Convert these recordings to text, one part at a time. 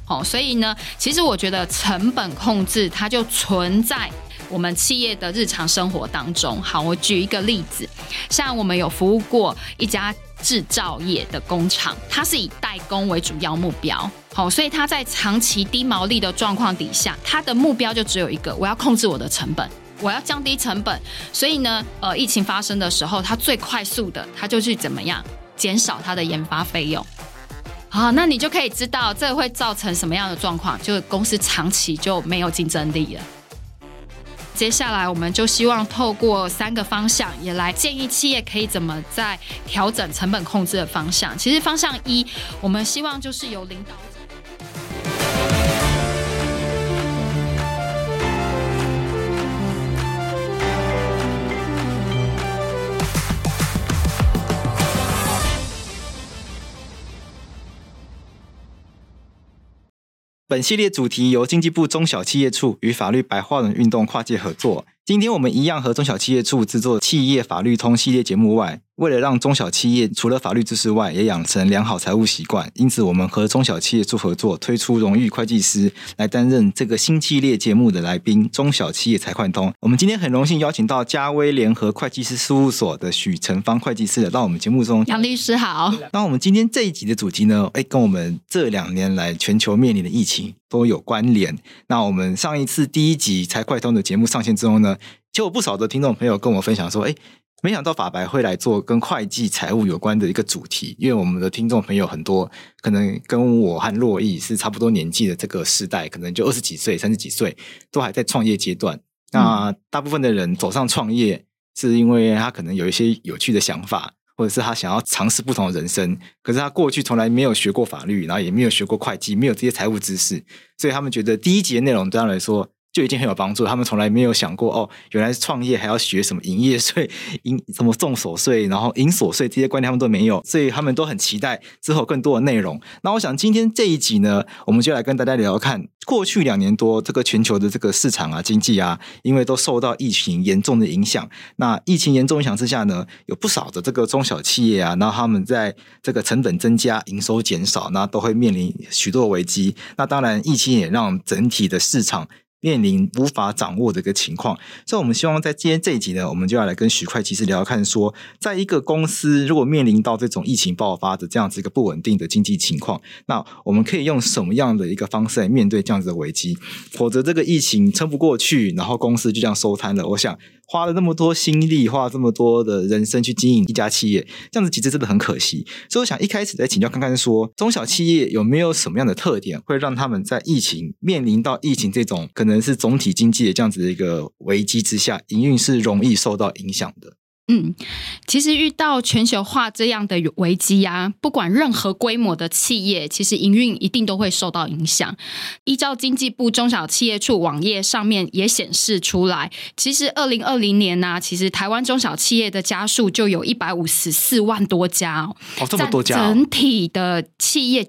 所以呢，其实我觉得成本控制它就存在我们企业的日常生活当中。好，我举一个例子，像我们有服务过一家制造业的工厂，它是以代工为主要目标，所以它在长期低毛利的状况底下，它的目标就只有一个，我要控制我的成本，我要降低成本。所以呢，疫情发生的时候，它最快速的，它就去怎么样减少它的研发费用。好，那你就可以知道这会造成什么样的状况，就是公司长期就没有竞争力了。接下来我们就希望透过3个方向，也来建议企业可以怎么在调整成本控制的方向。其实方向1，我们希望就是由领导者。 本系列主题由经济部中小企业处与法律白话文运动跨界合作。今天我们一样和中小企业处制作企业法律通系列节目外，为了让中小企业除了法律知识外也养成良好财务习惯，因此我们和中小企业处合作推出荣誉会计师来担任这个新系列节目的来宾，中小企业财会通。我们今天很荣幸邀请到嘉威联合会计师事务所的许成芳会计师来到我们节目中。 杨律师好。 那我们今天这一集的主题呢，跟我们这2年来全球面临的疫情都有关联。那我们上一次第1集财会通的节目上线之后呢，就有不少的听众朋友跟我分享说，没想到法白会来做跟会计财务有关的一个主题。因为我们的听众朋友很多可能跟我和洛毅是差不多年纪的这个世代，可能就20几岁30几岁都还在创业阶段。那大部分的人走上创业是因为他可能有一些有趣的想法，或者是他想要尝试不同的人生，可是他过去从来没有学过法律，然后也没有学过会计，没有这些财务知识，所以他们觉得第1集的内容对他们来说就已经很有帮助。他们从来没有想过原来创业还要学什么营业税、什么综所税，然后营所税，这些观念他们都没有，所以他们都很期待之后更多的内容。那我想今天这一集呢，我们就来跟大家聊聊看过去2年多这个全球的这个市场啊、经济啊，因为都受到疫情严重的影响。那疫情严重影响之下呢，有不少的这个中小企业啊，然后他们在这个成本增加、营收减少，那都会面临许多的危机。那当然疫情也让整体的市场面临无法掌握的一个情况。所以我们希望在今天这一集呢，我们就要来跟许会计师聊聊看说，在一个公司如果面临到这种疫情爆发的这样子一个不稳定的经济情况，那我们可以用什么样的一个方式来面对这样子的危机，否则这个疫情撑不过去，然后公司就这样收摊了。我想花了那么多心力，花了这么多的人生去经营一家企业，这样子其实真的很可惜。所以我想一开始再请教看看说，中小企业有没有什么样的特点会让他们在面临到疫情这种可能是总体经济的这样子的一个危机之下，营运是容易受到影响的？ 其实遇到全球化这样的危机啊，不管任何规模的企业，其实营运一定都会受到影响。依照经济部中小企业处网页上面也显示出来，其实2020年啊，其实台湾中小企业的家数就有154万多家这么多家占整体的企业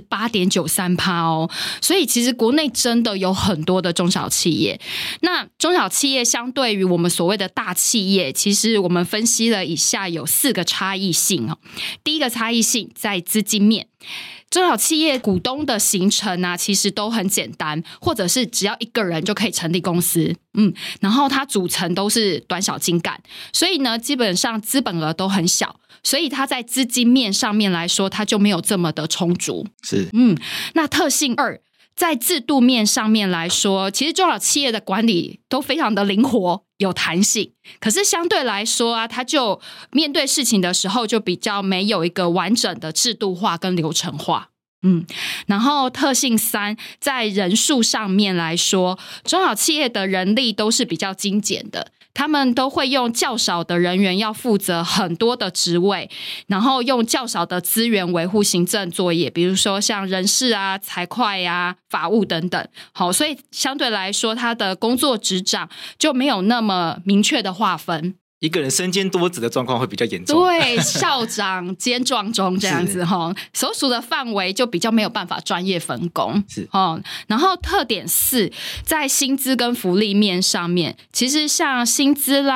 98.93% 所以其实国内真的有很多的中小企业。那中小企业相对于我们所谓的大企业，其实我们分析了以下有4个差异性。第一个差异性在资金面，中小企业股东的形成啊，其实都很简单，或者是只要1个人就可以成立公司，然后它组成都是短小精干，所以呢，基本上资本额都很小，所以它在资金面上面来说，它就没有这么的充足。 是， 那特性2。在制度面上面来说，其实中小企业的管理都非常的灵活有弹性，可是相对来说啊，它就面对事情的时候就比较没有一个完整的制度化跟流程化。然后特性3，在人数上面来说，中小企业的人力都是比较精简的，他们都会用较少的人员要负责很多的职位，然后用较少的资源维护行政作业，比如说像人事啊、财会啊、法务等等。好，所以相对来说，他的工作职掌就没有那么明确的划分。 一个人身兼多职的状况会比较严重。 对，校长兼撞钟这样子所属的范围就比较没有办法专业分工。 是然后特点4，在薪资跟福利面上面，其实像薪资啦、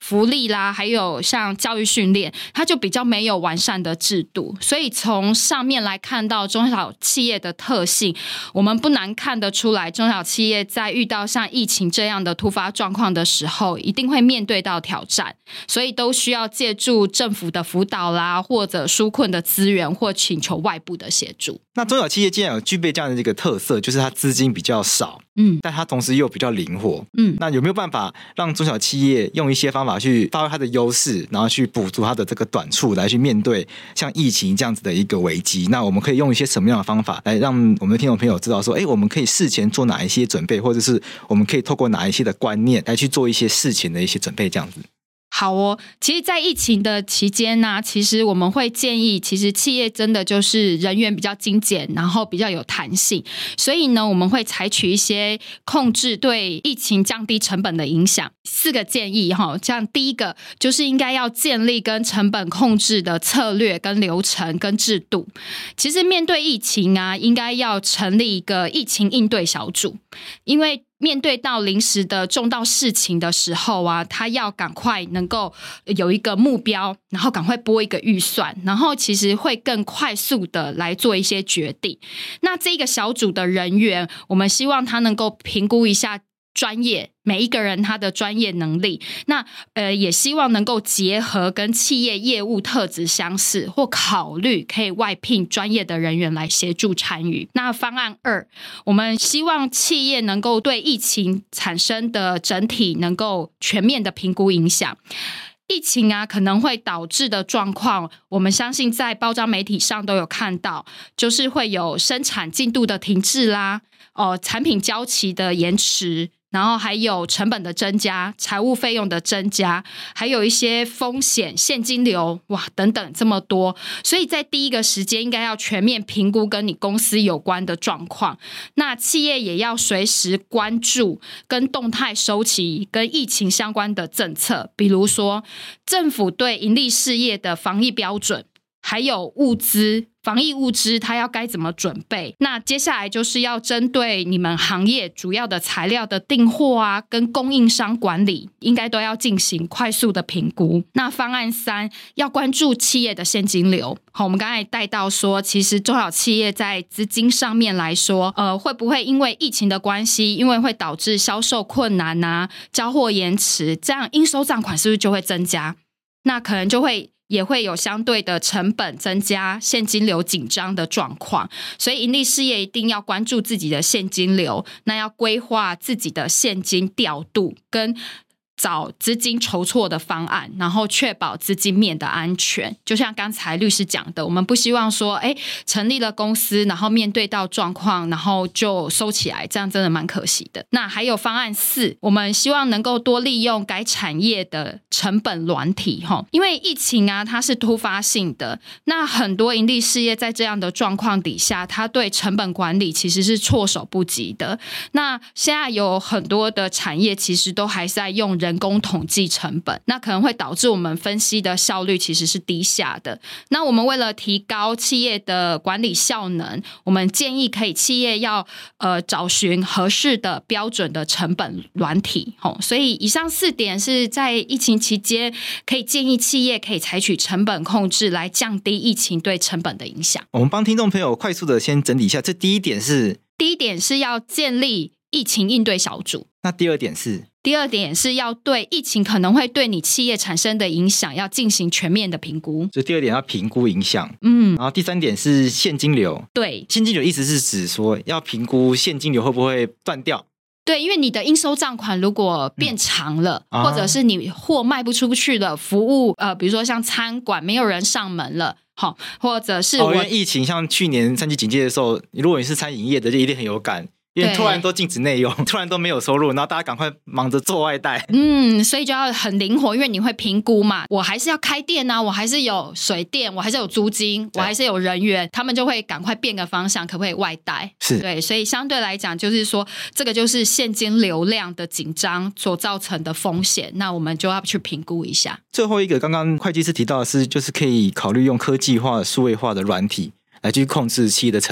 福利啦，还有像教育训练，它就比较没有完善的制度。所以从上面来看到中小企业的特性，我们不难看得出来，中小企业在遇到像疫情这样的突发状况的时候，一定会面对到挑战，所以都需要借助政府的辅导啦，或者纾困的资源，或请求外部的协助。 那中小企业既然有具备这样的一个特色，就是它资金比较少，但它同时又比较灵活，那有没有办法让中小企业用一些方法去发挥它的优势，然后去补足它的这个短处，来去面对像疫情这样子的一个危机？那我们可以用一些什么样的方法来让我们的听众朋友知道说，我们可以事前做哪一些准备，或者是我们可以透过哪一些的观念来去做一些事前的一些准备这样子？ 好哦，其实在疫情的期间呢，其实我们会建议，其实企业真的就是人员比较精简，然后比较有弹性，所以呢，我们会采取一些控制对疫情降低成本的影响。4个建议哈，像第一个就是应该要建立跟成本控制的策略、跟流程、跟制度。其实面对疫情啊，应该要成立一个疫情应对小组，因为面对到临时的重大事情的时候啊，他要赶快能够有一个目标，然后赶快拨一个预算，然后其实会更快速的来做一些决定。那这个小组的人员，我们希望他能够评估一下专业，每一个人他的专业能力，那也希望能够结合跟企业业务特质相似，或考虑可以外聘专业的人员来协助参与。那方案2，我们希望企业能够对疫情产生的整体能够全面的评估影响。疫情啊可能会导致的状况，我们相信在报章媒体上都有看到，就是会有生产进度的停滞啦，产品交期的延迟，然后还有成本的增加，财务费用的增加，还有一些风险、现金流等等这么多。所以在第一个时间应该要全面评估跟你公司有关的状况。那企业也要随时关注跟动态收集跟疫情相关的政策，比如说政府对盈利事业的防疫标准，还有物资，防疫物资它要该怎么准备。那接下来就是要针对你们行业主要的材料的订货啊，跟供应商管理应该都要进行快速的评估。那方案3，要关注企业的现金流。好，我们刚才带到说，其实中小企业在资金上面来说，会不会因为疫情的关系，因为会导致销售困难啊，交货延迟，这样应收账款是不是就会增加？那可能也会有相对的成本增加，现金流紧张的状况。所以盈利事业一定要关注自己的现金流，那要规划自己的现金调度跟找资金筹措的方案，然后确保资金面的安全。就像刚才律师讲的，我们不希望说成立了公司，然后面对到状况然后就收起来，这样真的蛮可惜的。那还有方案4，我们希望能够多利用该产业的成本软体，因为疫情啊它是突发性的，那很多盈利事业在这样的状况底下，它对成本管理其实是措手不及的。那现在有很多的产业其实都还是在用人工统计成本，那可能会导致我们分析的效率其实是低下的。那我们为了提高企业的管理效能，我们建议可以企业要找寻合适的标准的成本软体。所以以上4点是在疫情期间可以建议企业可以采取成本控制来降低疫情对成本的影响。 我们帮听众朋友快速的先整理一下，这第一点是要建立疫情应对小组。 那第二点是要对疫情可能会对你企业产生的影响要进行全面的评估。 所以第2点要评估影响。然后第3点是现金流。 对， 现金流意思是指说要评估现金流会不会断掉。 对，因为你的应收账款如果变长了，或者是你货卖不出去了，服务比如说像餐馆没有人上门了，或者是因为疫情，像去年3级警戒的时候，如果你是餐饮业的就一定很有感，因为突然都禁止内用，突然都没有收入，然后大家赶快忙着做外带。 所以就要很灵活，因为你会评估嘛，我还是要开店啊，我还是有水电，我还是有租金，我还是有人员，他们就会赶快变个方向，可不可以外带？ 是， 对，所以相对来讲，就是说这个就是现金流量的紧张所造成的风险，那我们就要去评估一下。 最后一个，刚刚会计师提到的是，就是可以考虑用科技化、数位化的软体来去控制企业的成本。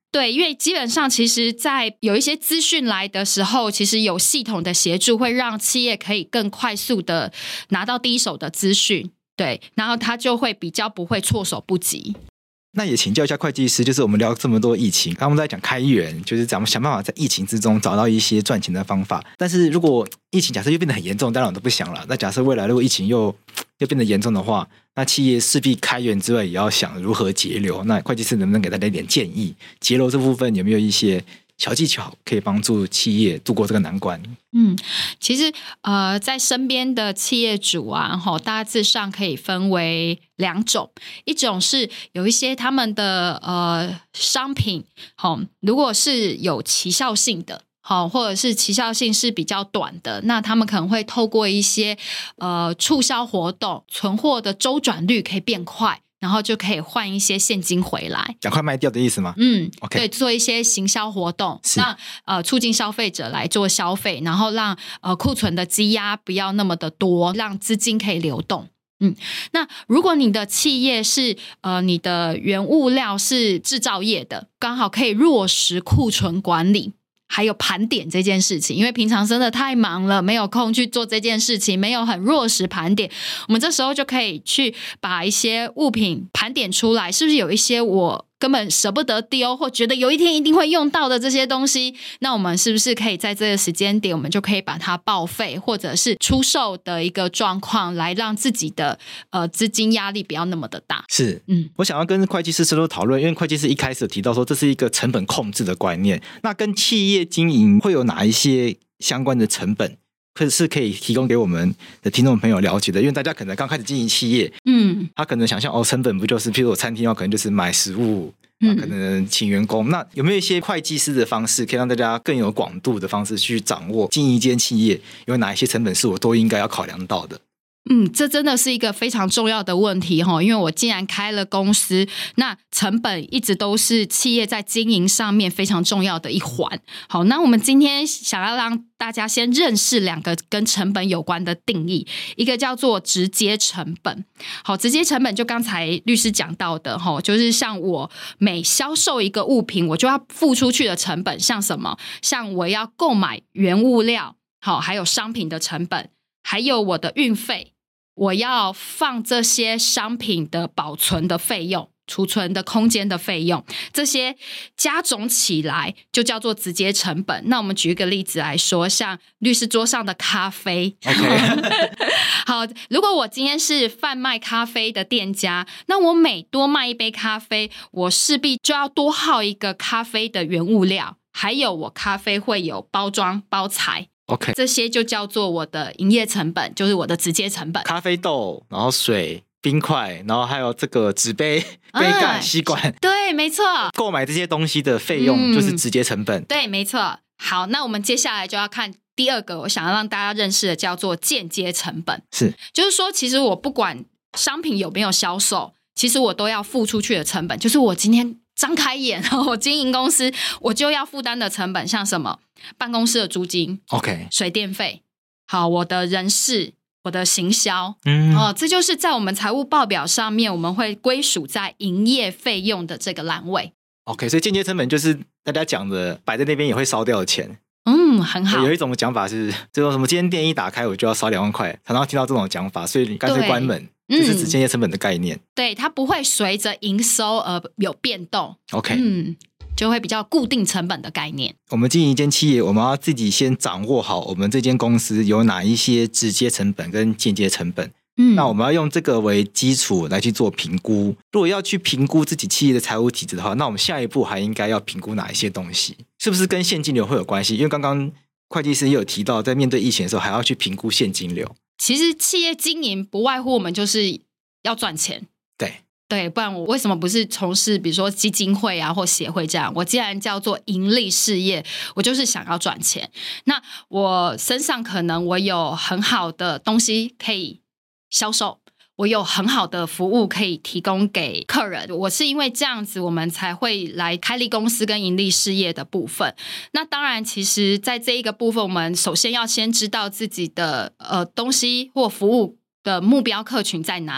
对，因为基本上其实在有一些资讯来的时候，其实有系统的协助会让企业可以更快速的拿到第一手的资讯，对，然后它就会比较不会措手不及。 那也请教一下会计师，就是我们聊这么多疫情，刚刚我们在讲开源，就是咱们想办法在疫情之中找到一些赚钱的方法。但是如果疫情假设又变得很严重，当然我都不想了。那假设未来如果疫情又变得严重的话，那企业势必开源之外也要想如何节流。那会计师能不能给大家一点建议？节流这部分有没有一些小技巧可以帮助企业度过这个难关？ 其实在身边的企业主啊，大致上可以分为2种，一种是有一些他们的商品，如果是有期效性的，或者是期效性是比较短的，那他们可能会透过一些促销活动，存货的周转率可以变快，然后就可以换一些现金回来， 赶快卖掉的意思吗？OK， 对，做一些行销活动，让促进消费者来做消费，然后让库存的积压不要那么的多，让资金可以流动。那如果你的企业是你的原物料是制造业的，刚好可以落实库存管理还有盘点这件事情，因为平常真的太忙了，没有空去做这件事情，没有很落实盘点，我们这时候就可以去把一些物品盘点出来，是不是有一些我根本舍不得丢，或觉得有一天一定会用到的这些东西，那我们是不是可以在这个时间点，我们就可以把它报废或者是出售的一个状况，来让自己的资金压力不要那么的大。 是，我想要跟会计师深入讨论，因为会计师一开始有提到说这是一个成本控制的观念，那跟企业经营会有哪一些相关的成本是可以提供给我们的听众朋友了解的？因为大家可能刚开始经营企业，他可能想象成本不就是譬如我餐厅可能就是买食物，可能请员工，那有没有一些会计师的方式可以让大家更有广度的方式去掌握经营一间企业有哪一些成本是我都应该要考量到的？ 这真的是一个非常重要的问题，因为我既然开了公司，那成本一直都是企业在经营上面非常重要的一环。好，那我们今天想要让大家先认识2个跟成本有关的定义，一个叫做直接成本。好，直接成本就刚才律师讲到的，就是像我每销售一个物品，我就要付出去的成本，像什么？像我要购买原物料，好，还有商品的成本，还有我的运费，我要放这些商品的保存的费用，储存的空间的费用，这些加总起来就叫做直接成本。那我们举一个例子来说，像律师桌上的咖啡。好，如果我今天是贩卖咖啡的店家，那我每多卖一杯咖啡，我势必就要多耗一个咖啡的原物料，还有我咖啡会有包装包材。这些就叫做我的营业成本，就是我的直接成本。咖啡豆，然后水、冰块，然后还有这个纸杯、杯盖、吸管。 对，没错。 购买这些东西的费用就是直接成本。 对，没错。好，那我们接下来就要看第2个，我想要让大家认识的叫做间接成本。就是说，其实我不管商品有没有销售，其实我都要付出去的成本，就是我今天张开眼，我经营公司，我就要负担的成本，像什么办公室的租金，水电费，好，我的人事，我的行销，这就是在我们财务报表上面，我们会归属在营业费用的这个栏位。 所以间接成本就是大家讲的摆在那边也会烧掉的钱。 很好。 有一种讲法是，这种什么今天店一打开我就要烧2万块，常常听到这种讲法，所以你干脆关门。这是指间接成本的概念。 对，它不会随着营收而有变动。就会比较固定成本的概念。 我们经营一间企业，我们要自己先掌握好我们这间公司有哪一些直接成本跟间接成本。那我们要用这个为基础来去做评估。如果要去评估自己企业的财务体制的话，那我们下一步还应该要评估哪一些东西？是不是跟现金流会有关系？因为刚刚会计师也有提到，在面对疫情的时候还要去评估现金流。 其实企业经营不外乎我们就是要赚钱。对，不然我为什么不是从事比如说基金会啊或协会这样？我既然叫做盈利事业，我就是想要赚钱。那我身上可能我有很好的东西可以销售，我有很好的服务可以提供给客人，我是因为这样子我们才会来开立公司跟盈利事业的部分。那当然其实在这一个部分，我们首先要先知道自己的东西或服务的目标客群在哪里，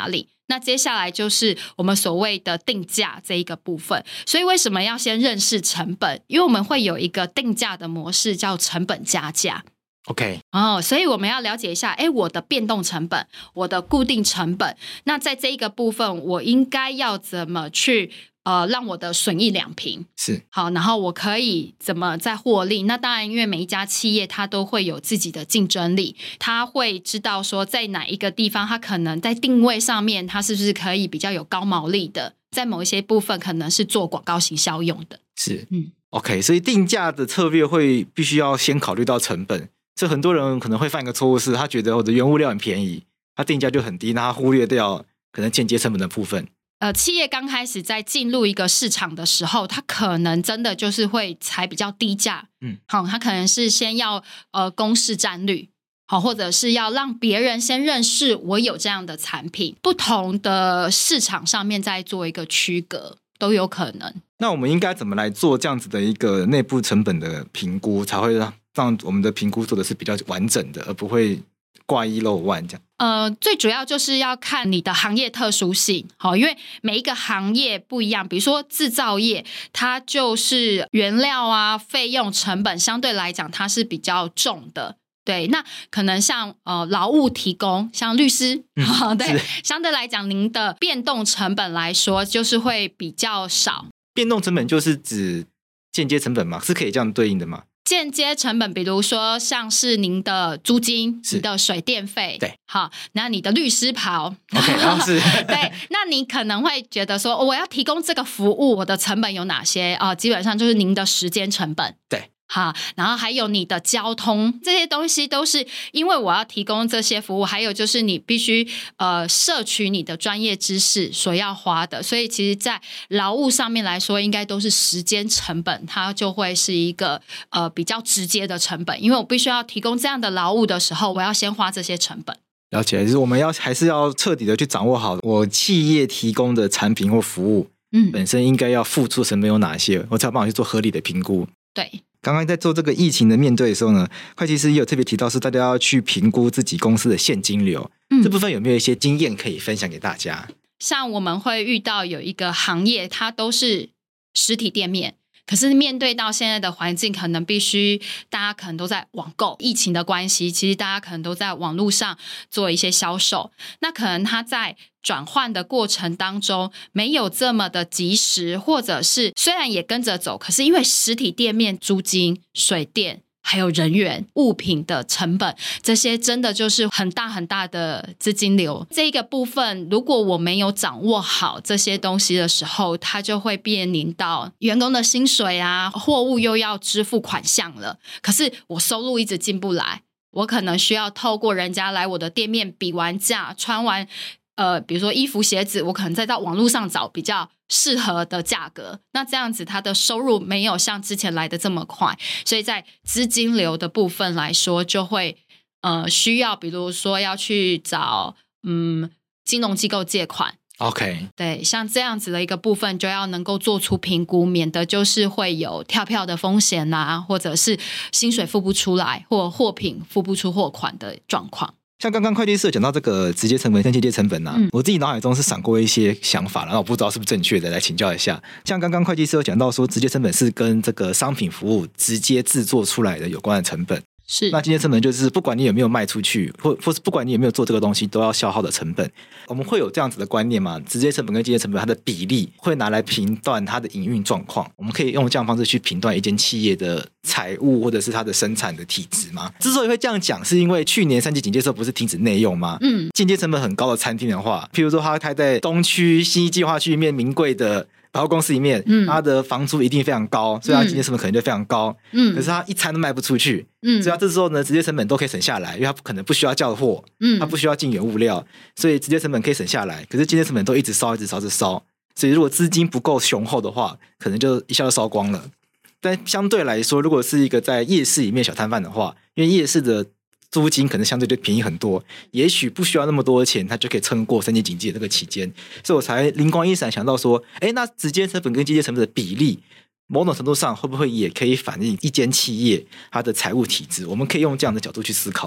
那接下来就是我们所谓的定价这一个部分。所以为什么要先认识成本？因为我们会有一个定价的模式叫成本加价。 OK， 所以我们要了解一下，我的变动成本，我的固定成本，那在这一个部分，我应该要怎么去让我的损益两平， 是好，然后我可以怎么再获利？那当然，因为每一家企业它都会有自己的竞争力，它会知道说在哪一个地方，它可能在定位上面，它是不是可以比较有高毛利的，在某一些部分可能是做广告行销用的。 是，OK， 所以定价的策略会必须要先考虑到成本。所以很多人可能会犯一个错误是，他觉得我的原物料很便宜，他定价就很低，那他忽略掉可能间接成本的部分。 企业刚开始在进入一个市场的时候，它可能真的就是会采比较低价，好，它可能是先要攻市占率，好，或者是要让别人先认识我有这样的产品，不同的市场上面再做一个区隔都有可能。 那我们应该怎么来做这样子的一个内部成本的评估，才会让我们的评估做的是比较完整的，而不会挂一漏万这样？ 最主要就是要看你的行业特殊性，好，因为每一个行业不一样。比如说制造业，它就是原料啊、费用成本相对来讲它是比较重的。对，那可能像劳务提供，像律师，对，相对来讲您的变动成本来说就是会比较少。 变动成本就是指间接成本吗？是可以这样对应的吗？ 间接成本，比如说像是您的租金、你的水电费， 对， 好，那你的律师袍 ，OK， 是， 对，那你可能会觉得说，我要提供这个服务，我的成本有哪些啊？基本上就是您的时间成本， 对。 好，然后还有你的交通，这些东西都是因为我要提供这些服务，还有就是你必须摄取你的专业知识所要花的，所以其实在劳务上面来说，应该都是时间成本，它就会是一个比较直接的成本，因为我必须要提供这样的劳务的时候，我要先花这些成本。 了解，就是我们还是要彻底的去掌握好我企业提供的产品或服务，本身应该要付出成本有哪些，我才有办法去做合理的评估。 对。 刚刚在做这个疫情的面对的时候呢，会计师也有特别提到是大家要去评估自己公司的现金流，这部分有没有一些经验可以分享给大家？ 像我们会遇到有一个行业，它都是实体店面，可是面对到现在的环境，可能必须大家可能都在网购，疫情的关系，其实大家可能都在网络上做一些销售，那可能它在转换的过程当中没有这么的及时，或者是虽然也跟着走，可是因为实体店面租金、水电还有人员、物品的成本，这些真的就是很大很大的资金流。这个部分如果我没有掌握好这些东西的时候，它就会面临到员工的薪水啊，货物又要支付款项了，可是我收入一直进不来，我可能需要透过人家来我的店面比完价，穿完比如说衣服鞋子，我可能再到网络上找比较适合的价格，那这样子它的收入没有像之前来的这么快，所以在资金流的部分来说就会需要比如说要去找金融机构借款。 OK， 对，像这样子的一个部分就要能够做出评估，免得就是会有跳票的风险啊，或者是薪水付不出来，或货品付不出货款的状况。 像刚刚会计师有讲到这个直接成本跟间接成本我自己脑海中是闪过一些想法，然后我不知道是不是正确的，来请教一下。像刚刚会计师有讲到说，直接成本是跟这个商品服务直接制作出来的有关的成本， 是， 那间接成本就是不管你有没有卖出去，或是不管你有没有做这个东西，都要消耗的成本。我们会有这样子的观念吗？直接成本跟间接成本它的比例会拿来评断它的营运状况，我们可以用这样的方式去评断一间企业的财务或者是它的生产的体质吗？之所以会这样讲，是因为去年3级警戒的时候不是停止内用吗？间接成本很高的餐厅的话，譬如说它开在东区信义计划区里面名贵的百货公司里面，它的房租一定非常高，所以它间接成本可能就非常高。可是它一餐都卖不出去，所以它这时候呢，直接成本都可以省下来，因为它可能不需要叫货，它不需要进原物料，所以直接成本可以省下来。可是间接成本都一直烧，一直烧，一直烧，所以如果资金不够雄厚的话，可能就一下就烧光了。但相对来说，如果是一个在夜市里面小摊贩的话，因为夜市的租金可能相对就便宜很多，也许不需要那么多的钱，他就可以撑过3级警戒这个期间，所以我才灵光一闪想到说，那直接成本跟间接成本的比例，某种程度上会不会也可以反映一间企业它的财务体制？我们可以用这样的角度去思考吗？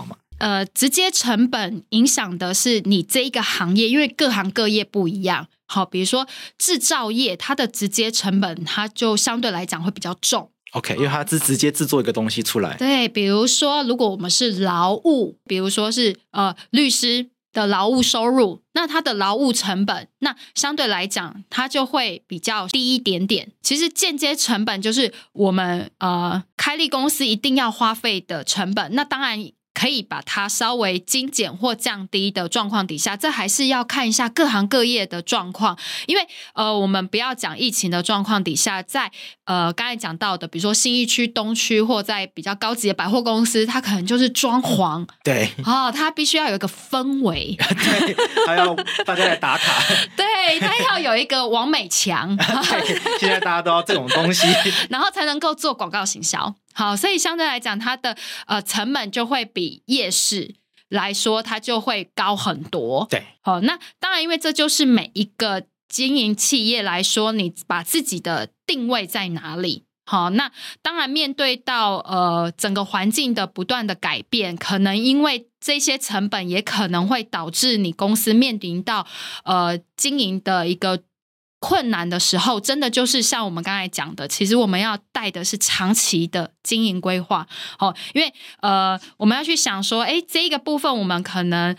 直接成本影响的是你这一个行业，因为各行各业不一样。好，比如说制造业，它的直接成本它就相对来讲会比较重。 OK， 因为它是直接制作一个东西出来。 对，比如说如果我们是劳务，比如说是律师的劳务收入，那它的劳务成本，那相对来讲它就会比较低一点点。其实间接成本就是我们开立公司一定要花费的成本，那当然可以把它稍微精简或降低的状况底下，这还是要看一下各行各业的状况。因为我们不要讲疫情的状况底下，在刚才讲到的比如说信义区东区或在比较高级的百货公司，它可能就是装潢， 对它必须要有一个氛围对，还要大家来打卡对，它要有一个网美墙对，现在大家都要这种东西然后才能够做广告行销。好，所以相对来讲它的成本就会比夜市来说它就会高很多。 对， 好，那当然因为这就是每一个经营企业来说，你把自己的定位在哪里。好，那当然面对到整个环境的不断的改变，可能因为这些成本也可能会导致你公司面临到经营的一个困难的时候，真的就是像我们刚才讲的，其实我们要带的是长期的经营规划。因为我们要去想说，这一个部分我们可能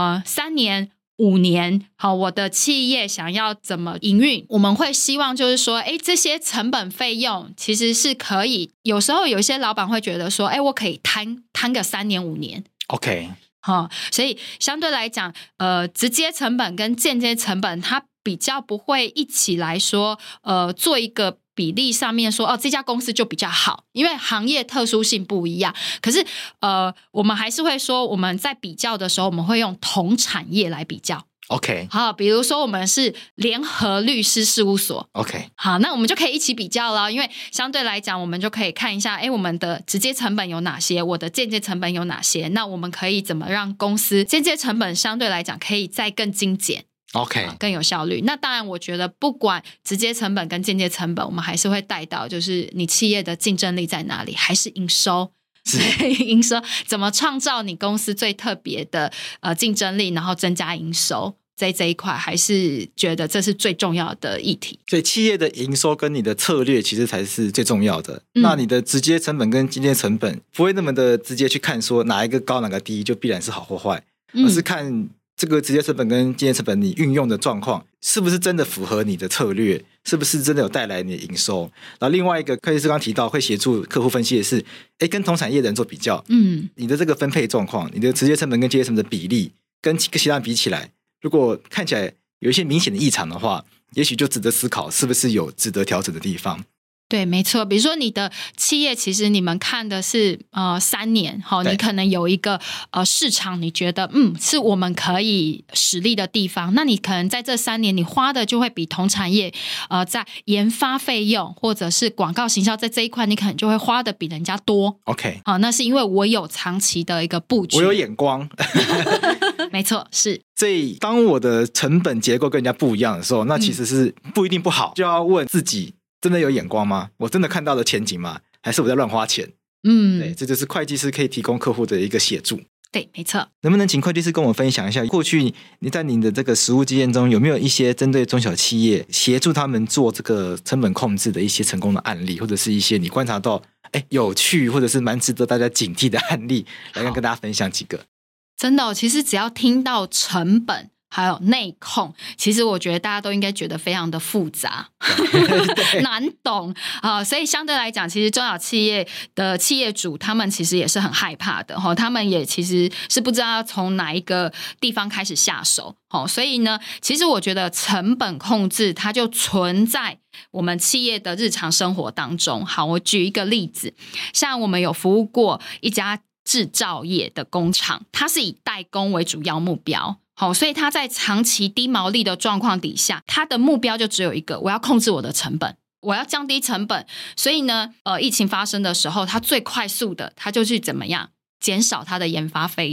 3年5年，好，我的企业想要怎么营运，我们会希望就是说，这些成本费用其实是可以，有时候有一些老板会觉得说，我可以摊个3年5年 OK， 所以相对来讲直接成本跟间接成本它比较不会一起来说做一个比例上面说这家公司就比较好，因为行业特殊性不一样。可是我们还是会说，我们在比较的时候我们会用同产业来比较。 OK， 好，比如说我们是联合律师事务所 OK， 好，那我们就可以一起比较了，因为相对来讲我们就可以看一下我们的直接成本有哪些，我的间接成本有哪些，那我们可以怎么让公司间接成本相对来讲可以再更精简 OK， 更有效率。那当然我觉得不管直接成本跟间接成本，我们还是会带到就是你企业的竞争力在哪里，还是营收。营收怎么创造你公司最特别的竞争力，然后增加营收，在这一块还是觉得这是最重要的议题。 所以企业的营收跟你的策略其实才是最重要的。那你的直接成本跟间接成本不会那么的直接去看说哪一个高哪个低就必然是好或坏，而是看这个直接成本跟间接成本你运用的状况是不是真的符合你的策略，是不是真的有带来你的营收。然后另外一个会计师刚提到会协助客户分析的是跟同产业的人做比较，你的这个分配状况，你的直接成本跟间接成本的比例跟其他人比起来，如果看起来有一些明显的异常的话，也许就值得思考是不是有值得调整的地方。 对，没错。比如说你的企业其实你们看的是3年，你可能有一个市场你觉得是我们可以实力的地方，那你可能在这3年你花的就会比同产业在研发费用或者是广告行销在这一块你可能就会花的比人家多。 OK， 那是因为我有长期的一个布局， 我有眼光没错，是。 所以当我的成本结构跟人家不一样的时候，那其实是不一定不好，就要问自己真的有眼光吗？我真的看到了前景吗？还是我在乱花钱？对，这就是会计师可以提供客户的一个协助。 对，没错。 能不能请会计师跟我分享一下，过去你在你的这个实务经验中，有没有一些针对中小企业协助他们做这个成本控制的一些成功的案例，或者是一些你观察到有趣或者是蛮值得大家警惕的案例，来跟大家分享几个？ 真的其实只要听到成本还有内控，其实我觉得大家都应该觉得非常的复杂难懂所以相对来讲，其实中小企业的企业主他们其实也是很害怕的他们也其实是不知道要从哪一个地方开始下手所以呢，其实我觉得成本控制它就存在我们企业的日常生活当中。好，我举一个例子，像我们有服务过一家制造业的工厂，它是以代工为主要目标，所以他在长期低毛利的状况底下，他的目标就只有一个，我要控制我的成本，我要降低成本。所以呢疫情发生的时候，他最快速的他就去怎么样减少他的研发费用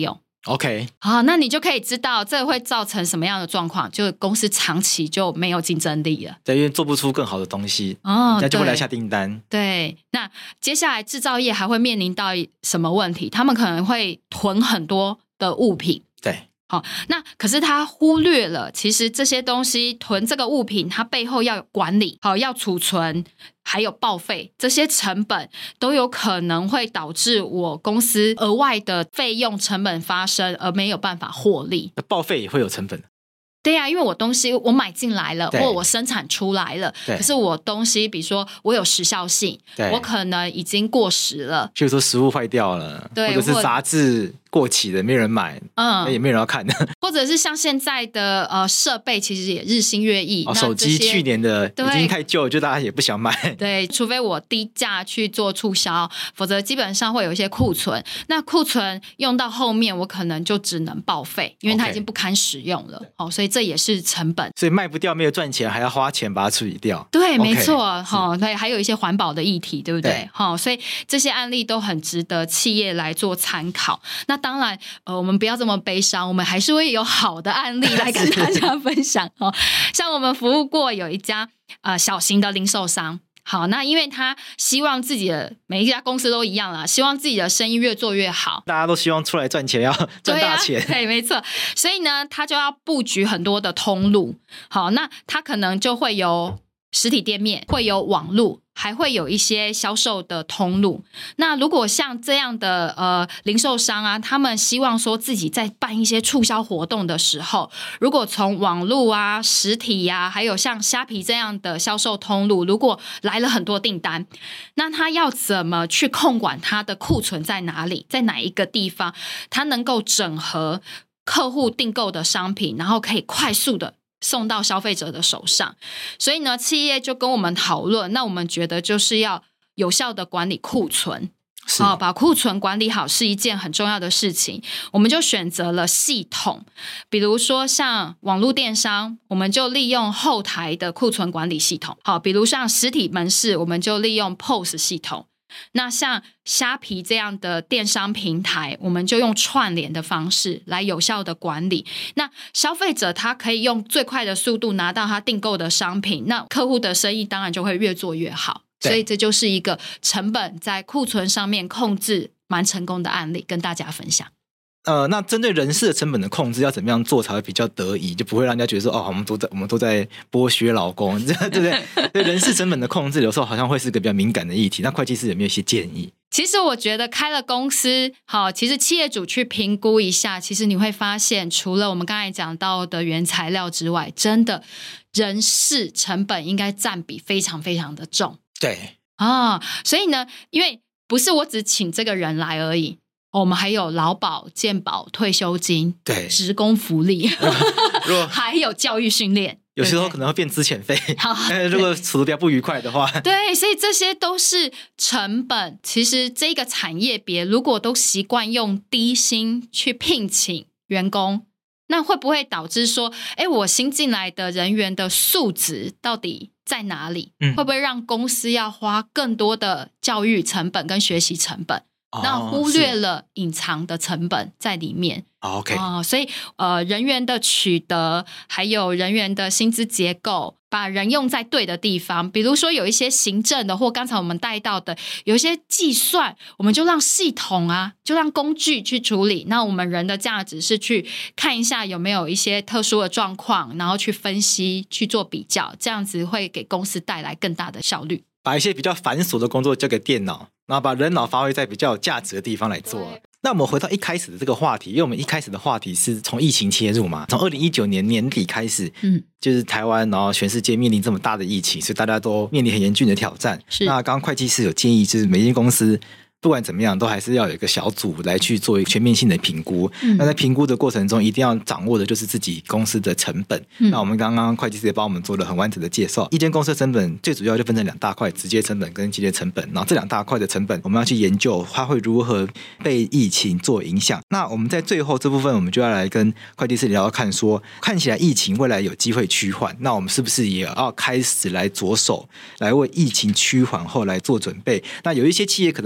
OK， 好，那你就可以知道这会造成什么样的状况，就公司长期就没有竞争力了。 对，因为做不出更好的东西， 哦， 人家就会来下订单。 对，那接下来制造业还会面临到什么问题？他们可能会囤很多的物品。 对。 好，那可是他忽略了，其实这些东西囤这个物品，它背后要有管理，好，要储存，还有报废，这些成本都有可能会导致我公司额外的费用成本发生，而没有办法获利。 报废也会有成本。 对呀，因为我东西我买进来了，或我生产出来了，可是我东西比如说我有时效性，我可能已经过时了， 譬如说食物坏掉了，或者是杂志过期的没人买，也没人要看的， 或者是像现在的设备其实也日新月异， 手机去年的已经太旧了，就大家也不想买。 对，除非我低价去做促销，否则基本上会有一些库存。那库存用到后面，我可能就只能报废，因为它已经不堪使用了。所以这也是成本。 所以卖不掉没有赚钱，还要花钱把它处理掉。 对，没错。对，还有一些环保的议题，对不对？所以这些案例都很值得企业来做参考。那当然，我们不要这么悲伤，我们还是会有好的案例来跟大家分享。像我们服务过有一家小型的零售商。好，那因为他希望自己的每一家公司都一样啦，希望自己的生意越做越好， 大家都希望出来赚钱，要赚大钱。 对，没错。所以呢，他就要布局很多的通路。好，那他可能就会有实体店面，会有网路，还会有一些销售的通路。那如果像这样的零售商啊，他们希望说自己在办一些促销活动的时候，如果从网路啊、实体啊，还有像虾皮这样的销售通路，如果来了很多订单，那他要怎么去控管他的库存在哪里，在哪一个地方，他能够整合客户订购的商品，然后可以快速的送到消费者的手上。所以呢，企业就跟我们讨论，那我们觉得就是要有效的管理库存，把库存管理好是一件很重要的事情。我们就选择了系统，比如说像网络电商，我们就利用后台的库存管理系统。好，比如像实体门市，我们就利用 POS 系统。那像虾皮这样的电商平台，我们就用串联的方式来有效的管理。那消费者他可以用最快的速度拿到他订购的商品，那客户的生意当然就会越做越好。所以这就是一个成本在库存上面控制蛮成功的案例，跟大家分享。 那针对人事的成本的控制要怎么样做才会比较得宜，就不会让人家觉得说我们都在剥削劳工，对不对？对人事成本的控制有时候好像会是个比较敏感的议题。那会计师有没有一些建议？ 其实我觉得开了公司，其实企业主去评估一下，其实你会发现，除了我们刚才讲到的原材料之外，真的人事成本应该占比非常非常的重。 对所以呢，因为不是我只请这个人来而已。我们还有劳保、健保、退休金，对，职工福利，还有教育训练， 有时候可能会变资遣费。如果处得比较不愉快的话， 对，所以这些都是成本。其实这个产业别如果都习惯用低薪去聘请员工，那会不会导致说，我新进来的人员的素质到底在哪里？会不会让公司要花更多的教育成本跟学习成本？那忽略了隐藏的成本在里面。所以人员的取得，还有人员的薪资结构，把人用在对的地方。比如说有一些行政的，或刚才我们带到的，有一些计算，我们就让系统就让工具去处理。那我们人的价值是去看一下有没有一些特殊的状况，然后去分析，去做比较，这样子会给公司带来更大的效率。 把一些比较繁琐的工作交给电脑，然后把人脑发挥在比较有价值的地方来做。那我们回到一开始的这个话题，因为我们一开始的话题是从疫情切入嘛，从2019年年底开始，就是台湾然后全世界面临这么大的疫情，所以大家都面临很严峻的挑战。那刚刚会计师有建议，就是每间公司不管怎么样都还是要有一个小组来去做一个全面性的评估。那在评估的过程中一定要掌握的就是自己公司的成本。那我们刚刚会计师也帮我们做了很完整的介绍，一间公司的成本最主要就分成2大块，直接成本跟间接成本。然后这2大块的成本我们要去研究它会如何被疫情做影响。那我们在最后这部分我们就要来跟会计师聊聊看说，看起来疫情未来有机会趋缓，那我们是不是也要开始来着手来为疫情趋缓后来做准备。那有一些企业可能会开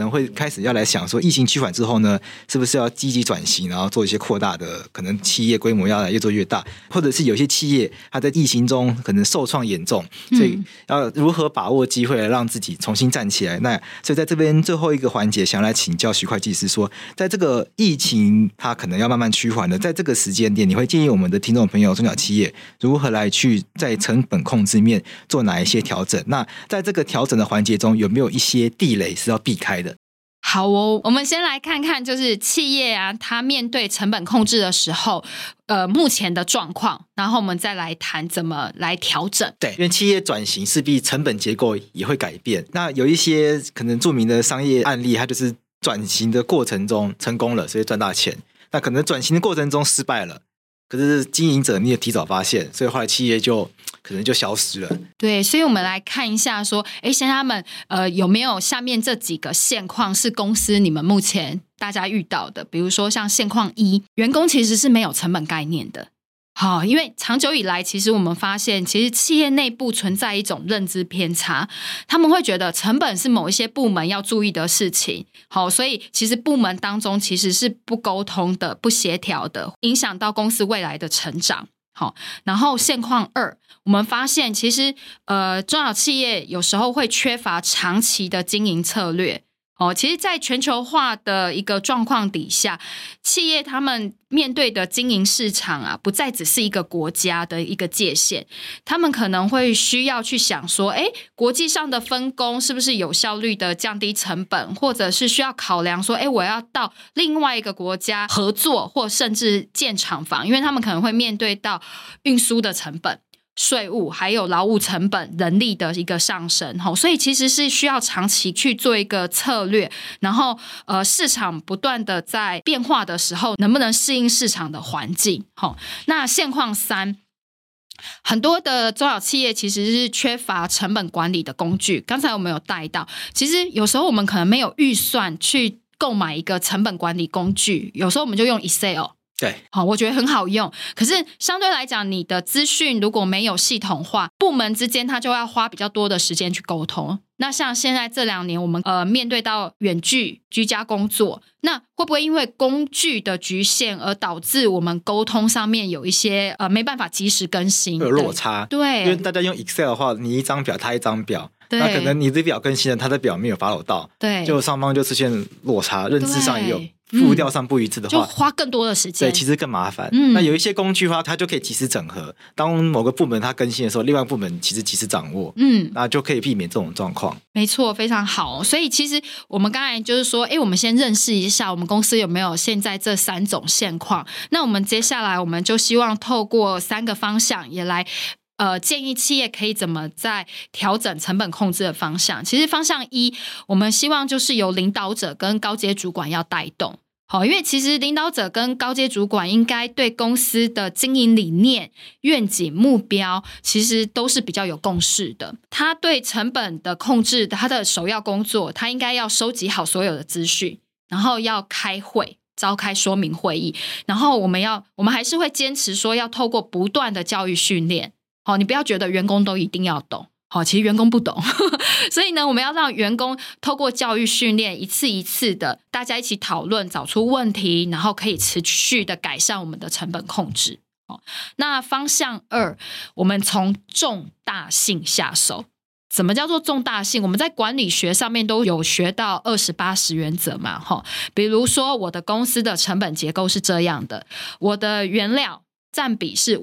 始要来想说，疫情趋缓之后呢，是不是要积极转型，然后做一些扩大的，可能企业规模要来越做越大，或者是有些企业它在疫情中可能受创严重，所以要如何把握机会来让自己重新站起来。那所以在这边最后一个环节，想来请教徐会计师说，在这个疫情它可能要慢慢趋缓的，在这个时间点，你会建议我们的听众朋友、中小企业如何来去在成本控制面做哪一些调整？那在这个调整的环节中，有没有一些地雷是要避开的？ 好哦，我们先来看看，就是企业啊，它面对成本控制的时候，目前的状况，然后我们再来谈怎么来调整。 对，因为企业转型势必成本结构也会改变。那有一些可能著名的商业案例，它就是转型的过程中成功了，所以赚大钱。那可能转型的过程中失败了，可是经营者你也提早发现，所以后来企业就可能就消失了。 对，所以我们来看一下说，像他们有没有下面这几个现况是公司你们目前大家遇到的？比如说像现况1，员工其实是没有成本概念的。好，因为长久以来，其实我们发现，其实企业内部存在一种认知偏差，他们会觉得成本是某一些部门要注意的事情。好，所以其实部门当中其实是不沟通的、不协调的，影响到公司未来的成长。好，然后现况2，我们发现其实中小企业有时候会缺乏长期的经营策略。其实在全球化的一个状况底下，企业他们面对的经营市场啊，不再只是一个国家的一个界限，他们可能会需要去想说，国际上的分工是不是有效率的降低成本，或者是需要考量说，我要到另外一个国家合作，或甚至建厂房，因为他们可能会面对到运输的成本、税务还有劳务成本、人力的一个上升，所以其实是需要长期去做一个策略，然后市场不断的在变化的时候，能不能适应市场的环境。那现况3，很多的中小企业其实是缺乏成本管理的工具。刚才我们有带到，其实有时候我们可能没有预算去购买一个成本管理工具，有时候我们就用 Excel。 对， 好，我觉得很好用。可是相对来讲，你的资讯如果没有系统化，部门之间它就要花比较多的时间去沟通。那像现在这2年，我们面对到远距居家工作，那会不会因为工具的局限而导致我们沟通上面有一些没办法及时更新， 有落差？ 对， 因为大家用 Excel 的话，你一张表，他一张表。那可能你的表更新了，他的表没有 follow 到，对，就双方就出现落差，认知上也有步调上不一致的话， 就花更多的时间， 对，其实更麻烦。那有一些工具的话，它就可以及时整合，当某个部门它更新的时候，另外部门其实及时掌握，那就可以避免这种状况。 没错，非常好。所以其实我们刚才就是说，我们先认识一下我们公司有没有现在这3种现况。那我们接下来我们就希望透过3个方向也来建议企业可以怎么在调整成本控制的方向。其实方向1，我们希望就是由领导者跟高阶主管要带动。好，因为其实领导者跟高阶主管应该对公司的经营理念、愿景、目标其实都是比较有共识的。他对成本的控制，他的首要工作，他应该要收集好所有的资讯，然后要开会，召开说明会议，然后我们还是会坚持说要透过不断的教育训练。好，你不要觉得员工都一定要懂，好，其实员工不懂所以呢，我们要让员工透过教育训练，一次一次的大家一起讨论，找出问题，然后可以持续的改善我们的成本控制。那方向2，我们从重大性下手。什么叫做重大性？我们在管理学上面都有学到20-80原则嘛，比如说我的公司的成本结构是这样的，我的原料占比是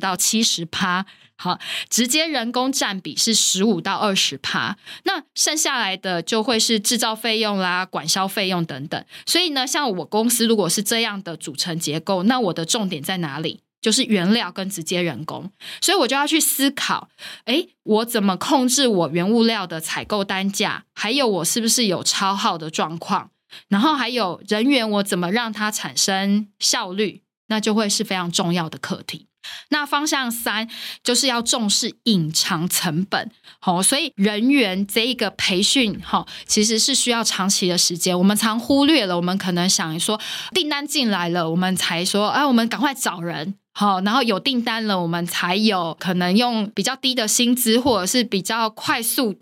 50-70%，好，直接人工占比是15-20%，那剩下来的就会是制造费用啦、管销费用等等。所以呢，像我公司如果是这样的组成结构，那我的重点在哪里？就是原料跟直接人工。所以我就要去思考，我怎么控制我原物料的采购单价，还有我是不是有超耗的状况，然后还有人员我怎么让它产生效率，那就会是非常重要的课题。那方向3就是要重视隐藏成本，所以人员这一个培训其实是需要长期的时间，我们常忽略了。我们可能想说订单进来了，我们才说我们赶快找人，然后有订单了，我们才有可能用比较低的薪资或者是比较快速的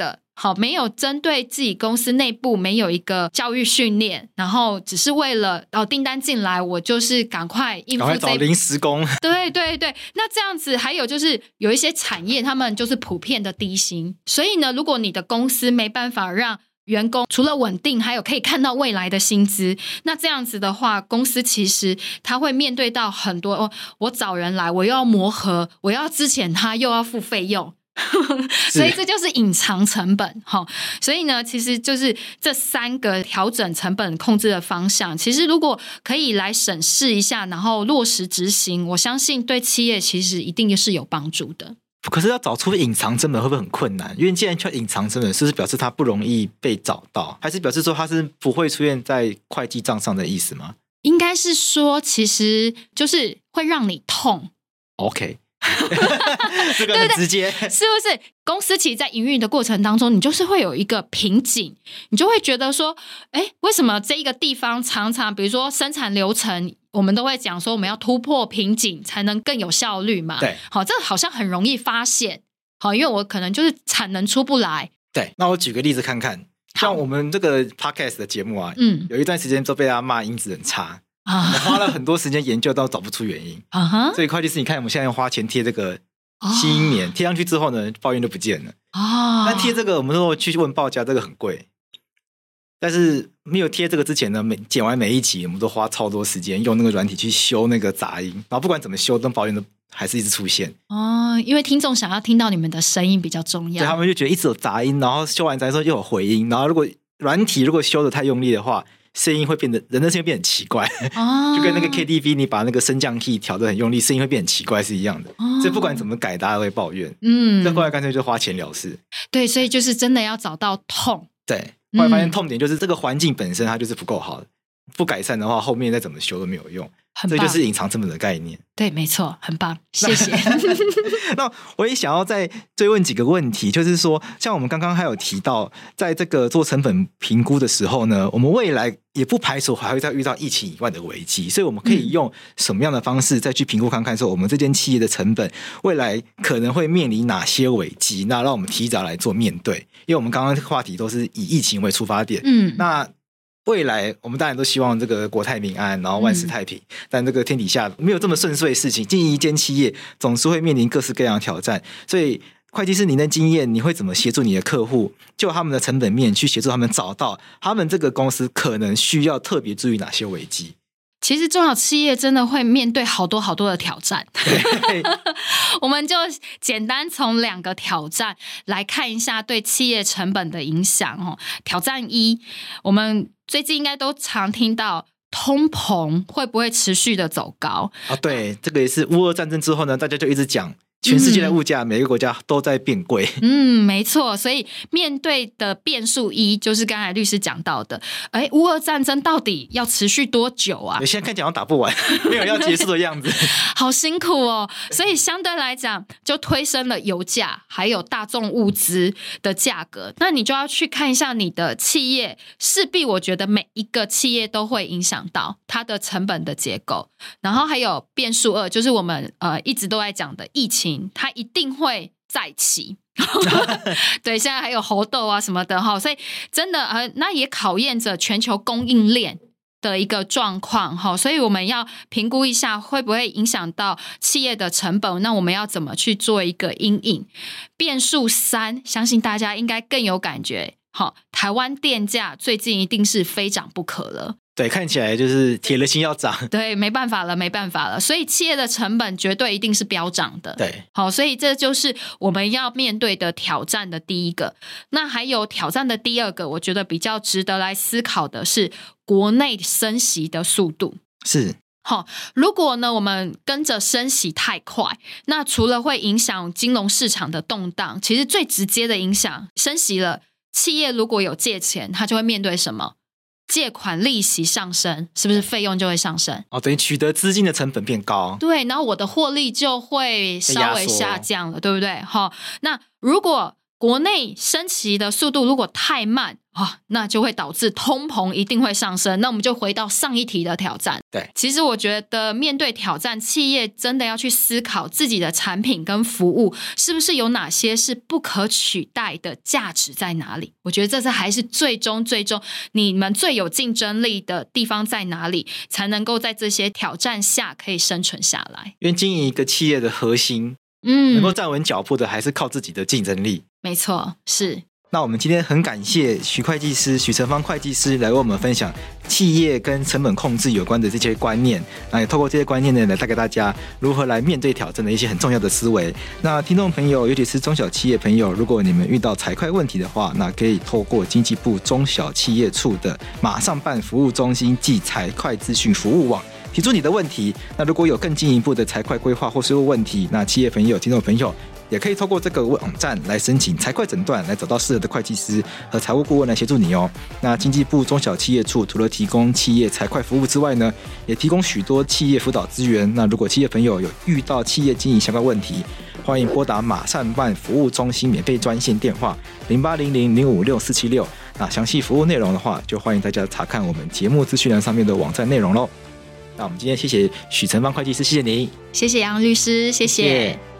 好，没有针对自己公司内部没有一个教育训练，然后只是为了订单进来，我就是赶快应付找临时工。 对对对，那这样子还有就是有一些产业他们就是普遍的低薪，所以呢，如果你的公司没办法让员工除了稳定还有可以看到未来的薪资，那这样子的话，公司其实他会面对到很多我找人来我又要磨合，我要资遣他又要付费用所以这就是隐藏成本。所以呢，其实就是这3个调整成本控制的方向，其实如果可以来审视一下，然后落实执行，我相信对企业其实一定是有帮助的。 可是要找出隐藏成本会不会很困难？因为既然叫隐藏成本，是不是表示它不容易被找到，还是表示说它是不会出现在会计账上的意思吗？ 应该是说其实就是会让你痛。 OK 这个很直接是不是？公司其实在营运的过程当中，你就是会有一个瓶颈，你就会觉得说为什么这一个地方常常比如说生产流程，我们都会讲说我们要突破瓶颈才能更有效率嘛。 对， 好，这好像很容易发现。好，因为我可能就是产能出不来。 对，那我举个例子看看，像我们这个 podcast 的节目啊，有一段时间都被大家骂音质很差我花了很多时间研究到找不出原因所以会计师你看我们现在花钱贴这个新英年贴上去之后呢，抱怨就不见了但贴这个我们都去问报价，这个很贵，但是没有贴这个之前呢，剪完每一集我们都花超多时间用那个软体去修那个杂音，然后不管怎么修，都抱怨都还是一直出现因为听众想要听到你们的声音比较重要，对， 他们就觉得一直有杂音，然后修完杂音之后又有回音，然后如果软体如果修得太用力的话，声音会变得人的声音变很奇怪就跟那个 KTV 你把那个升降 key 调得很用力，声音会变很奇怪是一样的所以不管怎么改大家都会抱怨这后来干脆就花钱了事。 对，所以就是真的要找到痛。 对，后来发现痛点就是这个环境本身它就是不够好的，不改善的话后面再怎么修都没有用，这就是隐藏成本的概念。 对，没错，很棒，谢谢那我也想要再追问几个问题，就是说像我们刚刚还有提到在这个做成本评估的时候呢，我们未来也不排除还会再遇到疫情以外的危机，所以我们可以用什么样的方式再去评估看看说我们这间企业的成本未来可能会面临哪些危机，那让我们提早来做面对。因为我们刚刚话题都是以疫情为出发点那未来我们当然都希望这个国泰民安，然后万事太平但这个天底下没有这么顺遂的事情，经营一间企业总是会面临各式各样的挑战，所以会计师您的经验，你会怎么协助你的客户就他们的成本面去协助他们找到他们这个公司可能需要特别注意哪些危机？ 其实中小企业真的会面对好多好多的挑战我们就简单从2个挑战来看一下对企业成本的影响挑战1，我们最近应该都常听到通膨会不会持续的走高对，这个也是乌俄战争之后呢，大家就一直讲全世界的物价每个国家都在变贵没错，所以面对的变数1就是刚才律师讲到的乌俄战争到底要持续多久啊？ 现在看起来好像打不完没有要结束的样子好辛苦所以相对来讲就推升了油价还有大众物资的价格，那你就要去看一下你的企业，势必我觉得每一个企业都会影响到它的成本的结构。然后还有变数2就是我们一直都在讲的疫情，它一定会再起对，现在还有猴痘啊什么的所以真的那也考验着全球供应链的一个状况所以我们要评估一下会不会影响到企业的成本，那我们要怎么去做一个因应。变数3相信大家应该更有感觉台湾电价最近一定是非涨不可了， 对，看起来就是铁了心要涨， 对，没办法了，所以企业的成本绝对一定是飙涨的， 对， 好，所以这就是我们要面对的挑战的第一个。那还有挑战的第2个，我觉得比较值得来思考的是国内升息的速度。 是如果呢我们跟着升息太快，那除了会影响金融市场的动荡，其实最直接的影响，升息了，企业如果有借钱，它就会面对什么？借款利息上升，是不是费用就会上升等于取得资金的成本变高， 对，然后我的获利就会稍微下降了，对不对那如果国内升息的速度如果太慢那就会导致通膨一定会上升。那我们就回到上一题的挑战。 对， 其实我觉得面对挑战，企业真的要去思考自己的产品跟服务是不是有哪些是不可取代的价值在哪里。我觉得这还是最终你们最有竞争力的地方在哪里，才能够在这些挑战下可以生存下来。 因为经营一个企业的核心能够站稳脚步的还是靠自己的竞争力。 没错，是。 那我们今天很感谢许成芳会计师来为我们分享企业跟成本控制有关的这些观念，那也透过这些观念呢，来带给大家如何来面对挑战的一些很重要的思维。那听众朋友，尤其是中小企业朋友，如果你们遇到财会问题的话，那可以透过经济部中小企业处的马上办服务中心暨财会资讯服务网提出你的问题。那如果有更进一步的财会规划或是问题，那企业朋友、听众朋友也可以透过这个网站来申请财会诊断，来找到适合的会计师和财务顾问来协助你哦。那经济部中小企业处除了提供企业财会服务之外呢，也提供许多企业辅导资源。那如果企业朋友有遇到企业经营相关问题，欢迎拨打马上办服务中心免费专线电话0800056476。那详细服务内容的话，就欢迎大家查看我们节目资讯栏上面的网站内容咯。那我们今天谢谢许成芳会计师，谢谢你， 谢谢杨律师，谢谢。